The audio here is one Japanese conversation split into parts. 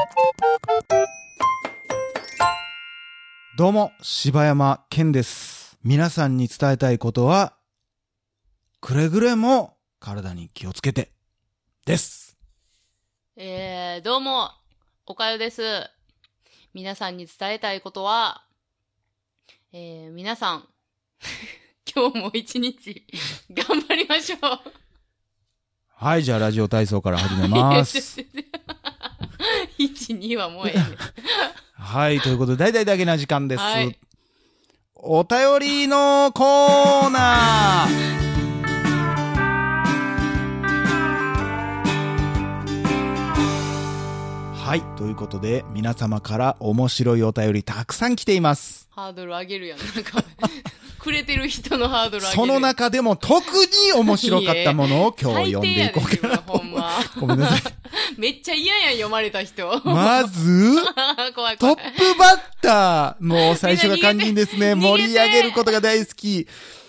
どうも、柴山健です。皆さんに伝えたいことは、くれぐれも体に気をつけて、です。 どうも、おかよです。皆さんに伝えたいことは、皆さん、今日も一日、頑張りましょう。 はい、じゃあラジオ体操から始めます。 1、2はもうええね。 はい、ということで、大々だけな時間です。 はい、 お便りのコーナー。はい、ということで、皆様から面白いお便りたくさん来ています。 ハードル上げるやん。なんか、くれてる人のハードル上げる。 その中でも特に面白かったものを今日読んでいこうかなと。 ほんま。 ごめんなさい。 めっちゃ嫌やん、読まれた人。 まず、 怖いトップバッター。もう最初が肝心ですね。盛り上げることが大好き。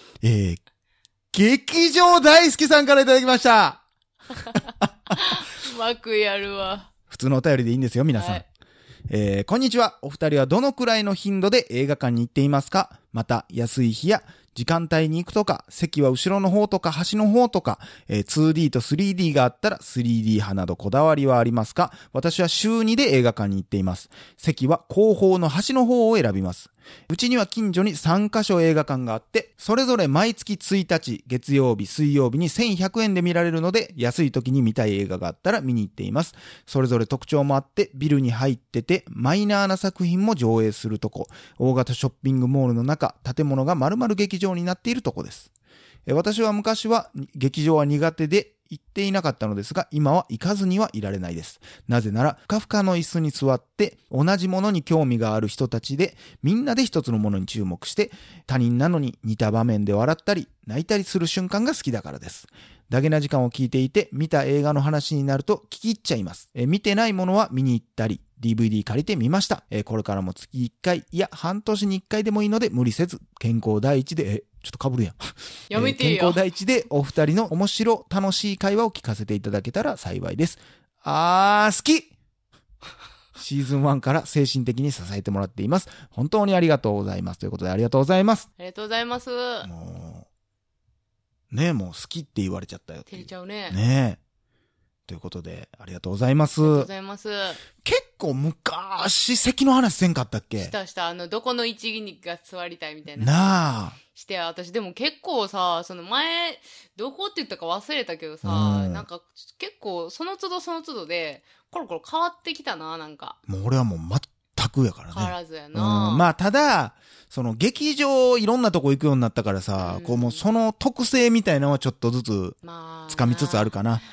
劇場大好きさんからいただきました。 うまくやるわ。 普通のお便りでいいんですよ、皆さん。はい、こんにちは。お二人はどのくらいの頻度で映画館に行っていますか？また、安い日や時間帯に行くとか、席は後ろの方とか端の方とか、2D と 3D があったら 3D 派などこだわりはありますか？私は週2で映画館に行っています。席は後方の端の方を選びます。うちには近所に3カ所映画館があって、それぞれ毎月1日、月曜日、水曜日に1100円で見られるので、安い時に見たい映画があったら見に行っています。それぞれ特徴もあって、ビルに入ってて、マイナーな作品も上映するとこ、大型ショッピングモールの中、建物が丸々劇場になっているとこです。私は昔は劇場は苦手で行っていなかったのですが、今は行かずにはいられないです。なぜなら、ふかふかの椅子に座って同じものに興味がある人たちで、みんなで一つのものに注目して、他人なのに似た場面で笑ったり泣いたりする瞬間が好きだからです。ダゲな時間を聞いていて、見た映画の話になると聞き入っちゃいます。見てないものは見に行ったり、DVD 借りてみました。これからも月1回、いや半年に1回でもいいので無理せず、健康第一で、ちょっと被るやん。 やめてよ。 健康第一でお二人の面白楽しい会話を聞かせていただけたら幸いです。好きシーズン1から精神的に支えてもらっています。本当にありがとうございます。ということでありがとうございます。 ありがとうございます。 もう、ねえ、もう好きって言われちゃったよ。 照れちゃうね。 ねえ。ということで、ありがとうございます。 ありがとうございます。 結構昔、席の話せんかったっけ？ した。どこの一義が座りたいみたいな。 なあ。 して、私でも結構さ、その前、どこって言ったか忘れたけどさ、なんか結構その都度で、コロコロ変わってきたな、なんか。 もう俺はもう全くやからね。 変わらずやな。 まあ、ただ、その劇場いろんなとこ行くようになったからさ、こうもうその特性みたいなのはちょっとずつ掴みつつあるかな。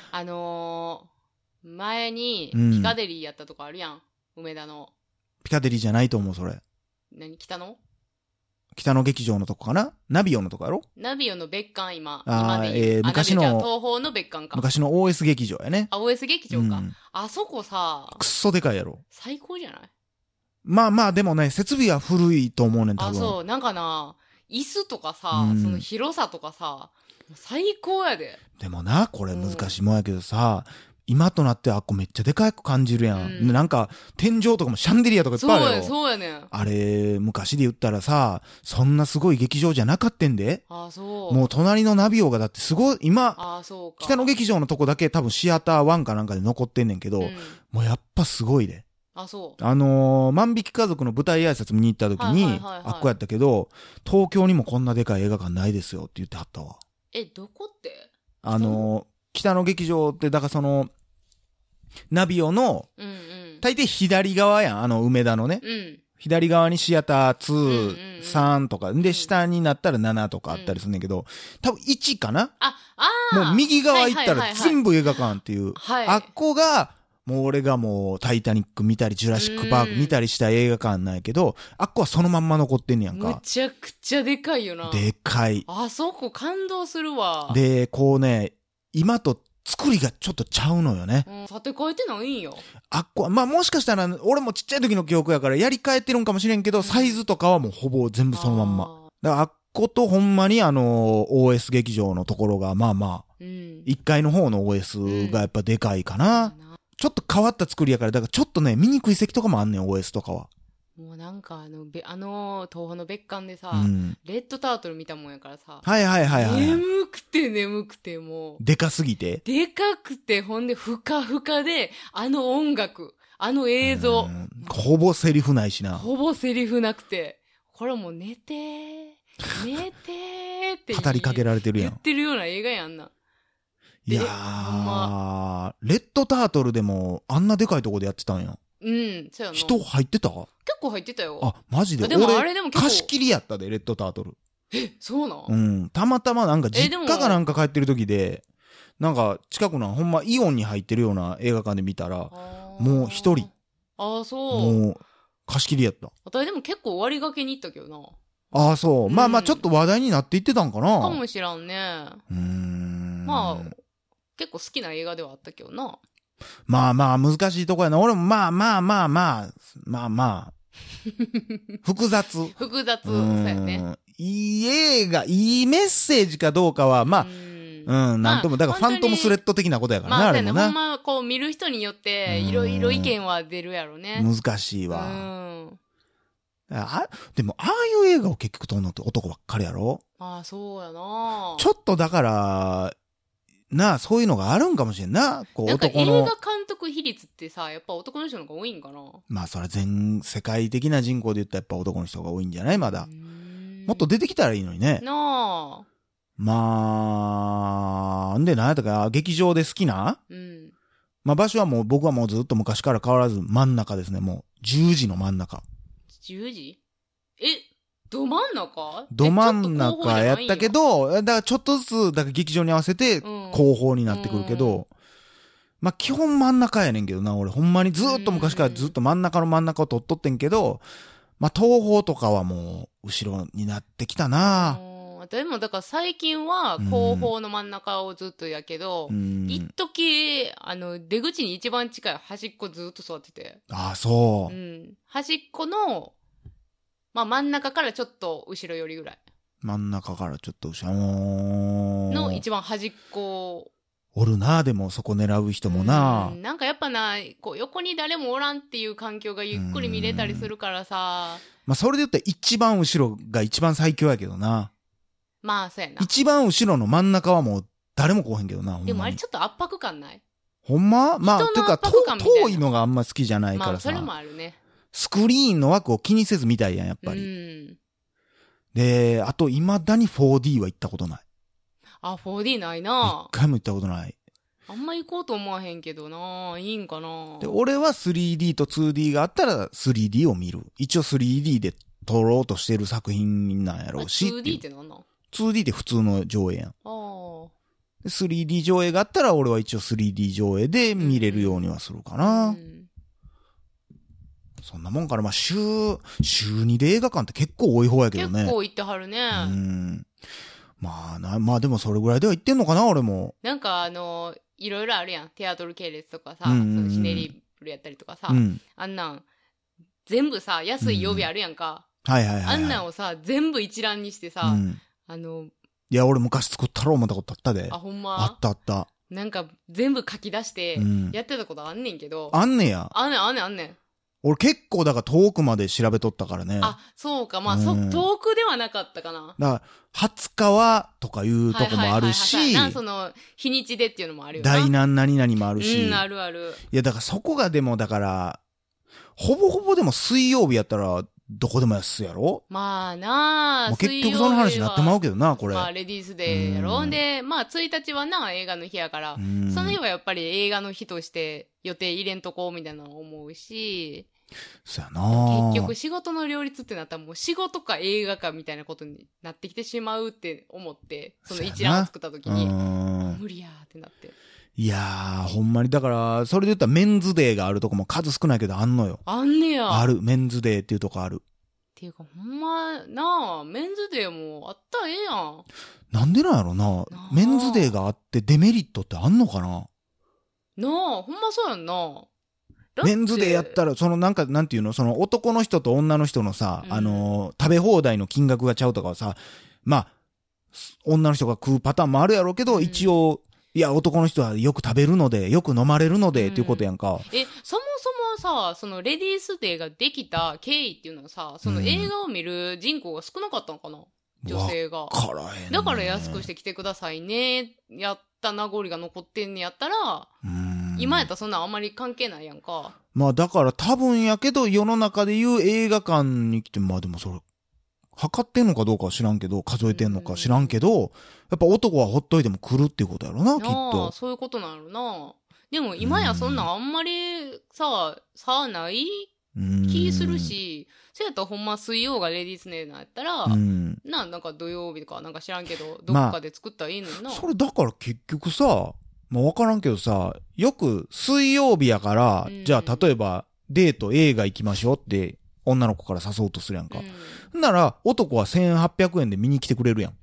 前にピカデリーやったとこあるやん、梅田の。 ピカデリーじゃないと思う、それ。 北野劇場のとこかな？ナビオのとこやろ？ ナビオの別館今で昔の東宝の別館か。 昔の OS 劇場やね。 OS 劇場か。あそこさ、 くっそでかいやろ。 最高じゃない？ まあまあ、でもね、設備は古いと思うねん、多分。 そう、なんかな、椅子とかさ、その広さとかさ、最高やで。 でもな、これ難しいもんやけどさ、今となってあっこめっちゃでかく感じるやん。なんか、天井とかもシャンデリアとかいっぱいあるよ。 そうやね。 あれ、昔で言ったらさ、そんなすごい劇場じゃなかったんで。 そう。 もう隣のナビオがだってすごい、今、 そうか。 北野劇場のとこだけ多分シアター1かなんかで残ってんねんけど、もうやっぱすごいで。 そう。 万引き家族の舞台挨拶見に行った時に、あっこやったけど、東京にもこんなでかい映画館ないですよって言ってはったわ。 どこって？ 北野劇場って、だからその、ナビオの、大抵左側やん、梅田のね。左側にシアター2、3とか、で、下になったら7とかあったりするんだけど、多分1かな？もう右側行ったら全部映画館っていう。あっこが、もう俺がもうタイタニック見たり、ジュラシックパーク見たりした映画館なんやけど、あっこはそのまんま残ってんねやんか。 むちゃくちゃでかいよな。 でかい。 あそこ感動するわ。 で、こうね、今と作りがちょっとちゃうのよね。 建て替えてないんよ。 あっこは、まあもしかしたら、俺もちっちゃい時の記憶やからやり替えてるんかもしれんけど、サイズとかはもうほぼ全部そのまんま。だからあっことほんまにOS 劇場のところが、まあまあ、1階の方の OS がやっぱでかいかな。 ちょっと変わった作りやから、だからちょっとね、見にくい席とかもあんねん、OS とかは。 もうなんか東宝の別館でさ、 うん。 レッドタートル見たもんやからさ、 はいはいはいはい。 眠くてもう、 でかすぎて。 でかくて、ほんでふかふかで、音楽、映像、 ほぼセリフないしな。 ほぼセリフなくて、これもう寝てって語りかけられてるやん。 言ってるような映画やんな。 いやー、レッドタートルでもあんなでかいとこでやってたんや。 うん、そうやな。 人入ってた？ 結構入ってたよ。 あ、マジで。 でも俺あれでも結構貸し切りやったで、レッドタートル。 そうなん？ うん。たまたまなんか実でも家かなんか帰ってる時で、なんか近くのほんまイオンに入ってるような映画館で見たら、もう一人。 ああ、そう。 もう貸し切りやった。 私でも結構終わりがけに行ったけどな。 ああ、そう。まあまあうんちょっと話題になっていってたんかな。 かもしらんね。まあ、結構好きな映画ではあったけどな。 まあまあ難しいとこやな。俺もまあ、複雑。 複雑、そうやね。 いい映画、いいメッセージかどうかは、まあ、なんとも、だからファントムスレッド的なことやからな、あれもな。 ほんま、こう見る人によって、いろいろ意見は出るやろね。 難しいわ。でも、ああいう映画を結局撮るのって男ばっかりやろ？ ああ、そうやな。 ちょっとだから、そういうのがあるんかもしれんな。こう、 なんか男の。 映画監督比率ってさ、やっぱ男の人の方が多いんかな。 まあ、それは全世界的な人口で言ったらやっぱ男の人が多いんじゃないまだ。もっと出てきたらいいのにね。 なあ。 まあ、んで何やったか、劇場で好きな？ うん。 まあ場所はもう僕はもうずっと昔から変わらず真ん中ですね。もう10時の真ん中。 10時？ど真ん中？ ど真ん中やったけど、だからちょっとずつ、だから劇場に合わせて後方になってくるけど、まあ基本真ん中やねんけどな、俺ほんまにずっと昔からずっと真ん中の真ん中を取っとってんけど、まあ東方とかはもう後ろになってきたな。 でもだから最近は後方の真ん中をずっとやけど、一時出口に一番近い端っこずっと座ってて。 ああ、そう。 端っこの、まあ真ん中からちょっと後ろ寄りぐらい。 真ん中からちょっと後ろの一番端っこ。 おるな、でもそこ狙う人もな。 なんかやっぱな、こう横に誰もおらんっていう環境がゆっくり見れたりするからさ。 まあそれで言ったら一番後ろが一番最強やけどな。 まあそうやな。 一番後ろの真ん中はもう誰も来おへんけどな。 でもあれちょっと圧迫感ない？ ほんま？まあ、 というか遠いのがあんま好きじゃないからさ。 まあそれもあるね。 スクリーンの枠を気にせず見たいやん、やっぱり。で、あと未だに 4D は行ったことない。 あ、4D ないな。 一回も行ったことない。 あんま行こうと思わへんけどな。いいんかな。 で、俺は 3D と 2D があったら 3D を見る。一応 3D で撮ろうとしてる作品なんやろうし。 2D ってなんなん？ 2D って普通の上映やん。 ああ。 3D 上映があったら俺は一応 3D 上映で見れるようにはするかな。そんなもんから、まあ週2で映画館って結構多い方やけどね。 結構行ってはるね。 まあでもそれぐらいでは行ってんのかな、俺も。 なんかいろいろあるやん。テアトル系列とかさ、そのシネリブルやったりとかさ、あんなん、全部さ、安い曜日あるやんか。 はいはいはい。 あんなんをさ、全部一覧にしてさ、 いや、俺昔作ったろう思ったことあったで。 あ、ほんま？ あったあった。 なんか、全部書き出して、やってたことあんねんけど。 あんねや。 あんねん。 俺結構だから遠くまで調べとったからね。 あ、そうか。まあ、遠くではなかったかな。 だから、20日はとかいうとこもあるし、 その、日にちでっていうのもあるよな。 大何々もあるし。 あるある。 いや、だからそこがでも、だから、ほぼほぼでも水曜日やったら、どこでも安いやろ？ まあなあ、 もう結局その話になってまうけどな、これ。 まあ、レディースデーやろ。で、まあ、1日はな、映画の日やから、その日はやっぱり映画の日として予定入れんとこうみたいなの思うし、 そうやな。 結局仕事の両立ってなったらもう仕事か映画かみたいなことになってきてしまうって思って、その一覧を作った時に、無理やーってなって。 いやー、ほんまに、だから、それで言ったらメンズデーがあるとこも数少ないけどあんのよ。 あんねや。 ある、メンズデーっていうとこある。 っていうか、ほんま、なあ、メンズデーもあったらええやん。 なんでなんやろな。メンズデーがあってデメリットってあんのかな。 なあ、ほんまそうやんな。 メンズデーやったら、そのなんか、なんていうの、その男の人と女の人のさ、食べ放題の金額がちゃうとかはさ、まあ、女の人が食うパターンもあるやろうけど、一応、 いや、男の人はよく食べるので、よく飲まれるので、っていうことやんか。 そもそもさ、そのレディースデーができた経緯っていうのはさ、その映画を見る人口が少なかったのかな、女性が。 からへんね。 だから安くして来てくださいね、やった名残が残ってんねやったら、今やったらそんなんあんまり関係ないやんか。 まあだから多分やけど、世の中でいう映画館に来て、まあでもそれ、測ってんのかどうかは知らんけど、数えてんのか知らんけど、やっぱ男はほっといても来るっていうことやろな、きっと。 そういうことなのな。でも今やそんなんあんまりさない気するし、そうやったらほんま水曜がレディースデーなんやったら、なんか土曜日とかなんか知らんけど、どっかで作ったらいいのにな。 それだから結局さ、まあわからんけどさ、よく水曜日やから、じゃあ例えばデート映画行きましょうって女の子から誘おうとするやんか。なら男は1800円で見に来てくれるやん。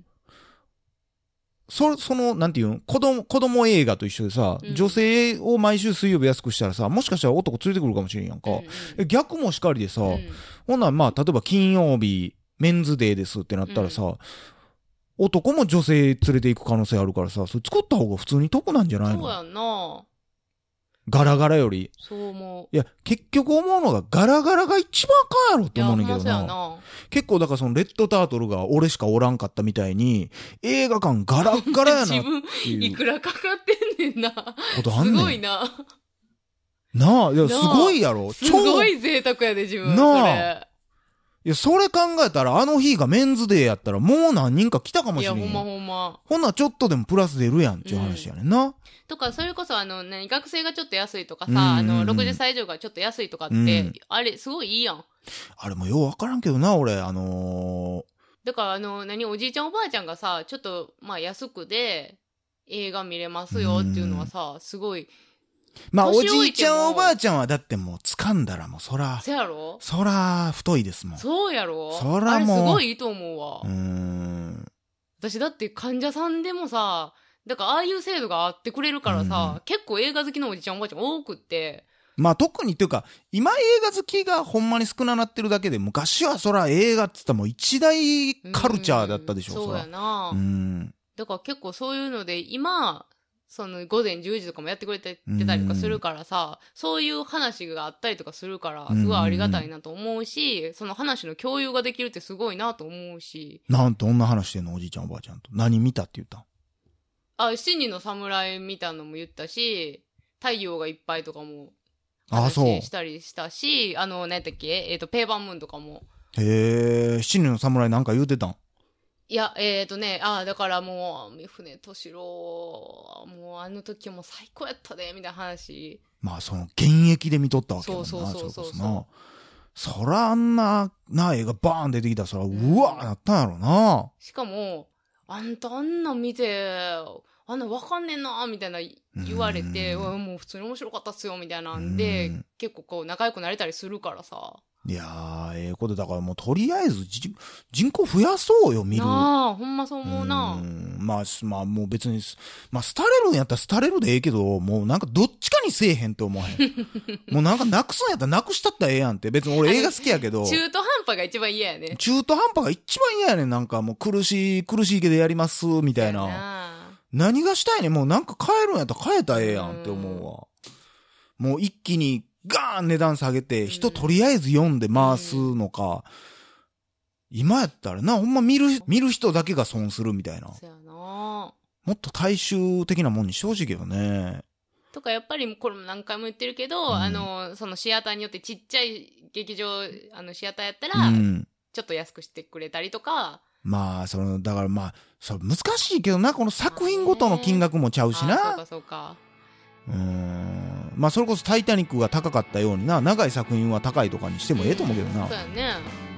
その、なんていうん、子供映画と一緒でさ、女性を毎週水曜日安くしたらさ、もしかしたら男連れてくるかもしれんやんか。逆もしかりでさ、ほんならまあ、例えば金曜日、メンズデーですってなったらさ、男も女性連れて行く可能性あるからさ、それ作った方が普通に得なんじゃないの？ そうやんな。 ガラガラより。 そう思う。 いや、結局思うのがガラガラが一番あかんやろって思うねんけどな。結構だからそのレッドタートルが俺しかおらんかったみたいに、映画館ガラガラやなっていう。 自分いくらかかってんねんな。 ことあんねん。 すごいな。 なあ、いや、すごいやろ。 すごい贅沢やで、自分。 なあ。いや、それ考えたら、あの日がメンズデーやったら、もう何人か来たかもしれん。いや、 ほんま。 ほんならちょっとでもプラス出るやんっていう話やねんな。 とか、それこそ学生がちょっと安いとかさ、60歳以上がちょっと安いとかって、あれ、すごいいいやん。 あれもようわからんけどな、俺、だからおじいちゃんおばあちゃんがさ、ちょっと、まあ安くで、映画見れますよっていうのはさ、すごい、 まあ、おじいちゃんおばあちゃんはだってもう掴んだらもうそら太いですもん。 そうやろ。 そらもう。 あれすごいいいと思うわ。私だって患者さんでもさ、だからああいう制度があってくれるからさ、結構映画好きのおじいちゃんおばあちゃん多くって。 まあ特にっていうか、今映画好きがほんまに少ななってるだけで、昔はそら映画っつったらもう一大カルチャーだったでしょ。 そうやな。だから結構そういうので今、その午前10時とかもやってくれてたりとかするからさ、そういう話があったりとかするから、すごいありがたいなと思うし、その話の共有ができるってすごいなと思うし。 なんと女話してんのおじいちゃんおばあちゃんと。何見たって言ったん？七人の侍見たのも言ったし、太陽がいっぱいとかも話したりしたし、何やったっけ？ペーパームーンとかも。 へー、七人の侍なんか言うてたん？ いや、だからもう、三船敏郎、もうあの時も最高やったで、みたいな話。 まあ、その、現役で見とったわけやもんな。 そう。 そらあんな、映画バーン出てきたら、そら、うわーなったんやろな。 しかも、あんたあんなん見て、あんなわかんねんな、みたいな言われて、もう普通に面白かったっすよ、みたいなんで、結構こう仲良くなれたりするからさ。 いやー、ことだからもうとりあえず人口増やそうよ、見る。 ああ、ほんまそう思うな。 まあもう別に、まあ廃れるんやったら廃れるでええけど、もうなんかどっちかにせえへんって思わへん。もうなんかなくすんやったらなくしたったらええやんって。別に俺映画好きやけど。 中途半端が一番嫌やね。 中途半端が一番嫌やねん。なんかもう苦しいけどやります、みたいな。何がしたいねん。もうなんか変えるんやったら変えたらええやんって思うわ。もう一気に、ガーン値段下げて、人とりあえず読んで回すのか、今やったらな、ほんま見る人だけが損するみたいな。 そうやな。 もっと大衆的なもんにしてほしいけどね。 とかやっぱりこれも何回も言ってるけど、そのシアターによってちっちゃい劇場、シアターやったら、ちょっと安くしてくれたりとか。 まあ、だからまあ、難しいけどな、この作品ごとの金額もちゃうしな。 そうか。 まあそれこそタイタニックが高かったようにな、長い作品は高いとかにしてもええと思うけどな。 そうやね。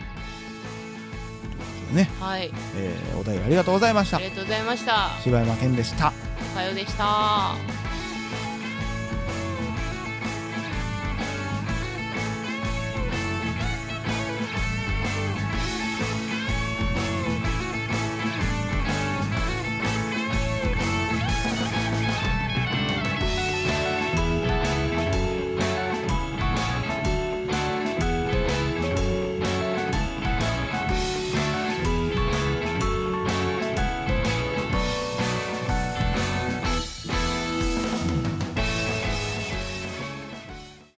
ね。 はい。 お便りありがとうございました。 ありがとうございました。 柴山健でした。 おはようでした。